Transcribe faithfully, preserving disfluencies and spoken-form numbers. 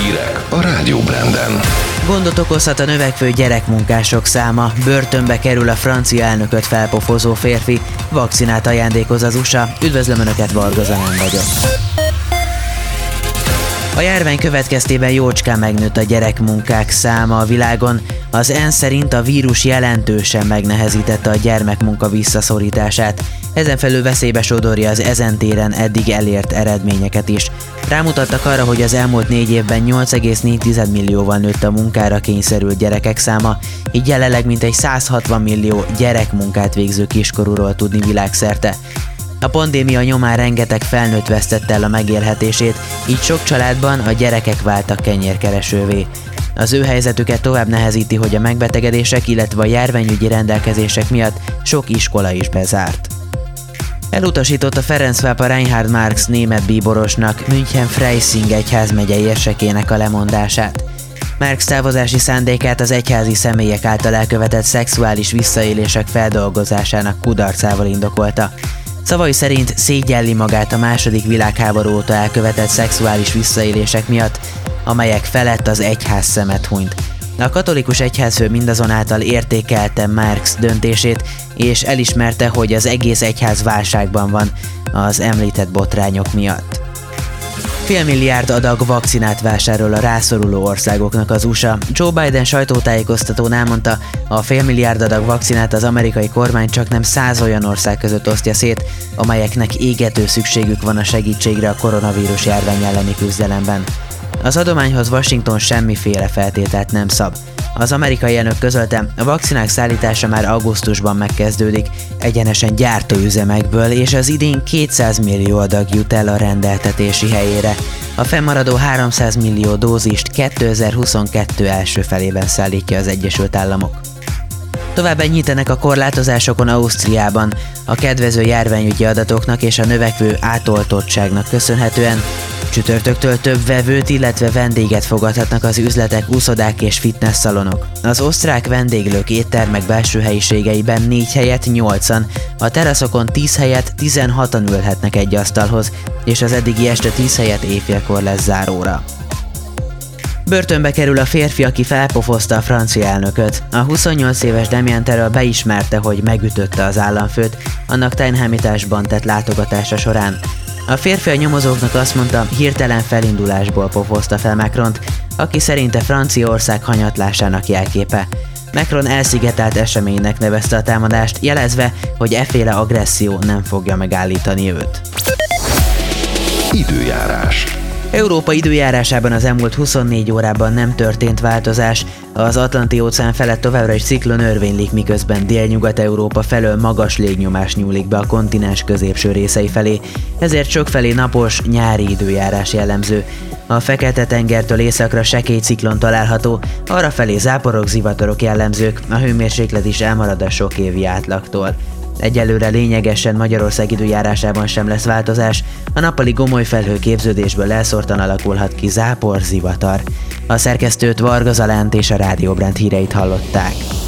Hírek a Rádió Branden. Gondot okozhat a növekvő gyerekmunkások száma. Börtönbe kerül a francia elnököt felpofozó férfi. Vakcinát ajándékoz az u es á. Üdvözlöm Önöket, Varga Zalán vagyok. A járvány következtében jócskán megnőtt a gyerekmunkák száma a világon. Az ENSZ szerint a vírus jelentősen megnehezítette a gyermekmunka visszaszorítását. Ezen felül veszélybe sodorja az ezen téren eddig elért eredményeket is. Rámutattak arra, hogy az elmúlt négy évben nyolc egész négy millióval nőtt a munkára kényszerült gyerekek száma, így jelenleg mintegy száz hatvan millió gyerekmunkát végző kiskorúról tudni világszerte. A pandémia nyomán rengeteg felnőtt vesztette el a megélhetését, így sok családban a gyerekek váltak kenyérkeresővé. Az ő helyzetüket tovább nehezíti, hogy a megbetegedések, illetve a járványügyi rendelkezések miatt sok iskola is bezárt. Elutasította Ferenc pápa Reinhard Marx német bíborosnak München-Freising egyházmegyei érsekének a lemondását. Marx távozási szándékát az egyházi személyek által elkövetett szexuális visszaélések feldolgozásának kudarcával indokolta. Szavai szerint szégyelli magát a második világháború óta elkövetett szexuális visszaélések miatt, amelyek felett az egyház szemet hunyt. A katolikus egyházfő mindazonáltal értékelte Marx döntését, és elismerte, hogy az egész egyház válságban van az említett botrányok miatt. Félmilliárd adag vakcinát vásárol a rászoruló országoknak az u es á. Joe Biden sajtótájékoztatón elmondta, a félmilliárd adag vakcinát az amerikai kormány csaknem száz olyan ország között osztja szét, amelyeknek égető szükségük van a segítségre a koronavírus járvány elleni küzdelemben. Az adományhoz Washington semmiféle feltételt nem szab. Az amerikai elnök közölte, a vakcinák szállítása már augusztusban megkezdődik, egyenesen gyártóüzemekből, és az idén kétszáz millió adag jut el a rendeltetési helyére. A fennmaradó háromszáz millió dózist kétezer-huszonkettő első felében szállítja az Egyesült Államok. Tovább enyhítenek a korlátozásokon Ausztriában. A kedvező járványügyi adatoknak és a növekvő átoltottságnak köszönhetően csütörtöktől több vevőt, illetve vendéget fogadhatnak az üzletek, úszodák és fitnessszalonok. Az osztrák vendéglők éttermek belső helyiségeiben négy helyett nyolcan, a teraszokon tíz helyett tizenhatan ülhetnek egy asztalhoz, és az eddigi este tíz helyett éjfélkor lesz záróra. Börtönbe kerül a férfi, aki felpofozta a francia elnököt. A huszonnyolc éves Damien Terrell beismerte, hogy megütötte az államfőt annak Tyne-Hermitage-ban tett látogatása során. A férfi a nyomozóknak azt mondta, hirtelen felindulásból pofozta fel Macront, aki szerinte Franciaország hanyatlásának jelképe. Macron elszigetelt eseménynek nevezte a támadást, jelezve, hogy efféle agresszió nem fogja megállítani őt. Időjárás. Európa időjárásában az elmúlt huszonnégy órában nem történt változás, az Atlanti-óceán felett továbbra is ciklon örvénylik, miközben Délnyugat-Európa felől magas légnyomás nyúlik be a kontinens középső részei felé, ezért sokfelé napos, nyári időjárás jellemző. A Fekete-tengertől északra sekély ciklon található, arrafelé záporok, zivatarok jellemzők, a hőmérséklet is elmarad a sok évi átlagtól. Egyelőre lényegesen Magyarország időjárásában sem lesz változás, a nappali gomoly felhőképződésből elszórtan alakulhat ki zápor, zivatar. A szerkesztőt, Varga Zalánt és a Rádió Brand híreit hallották.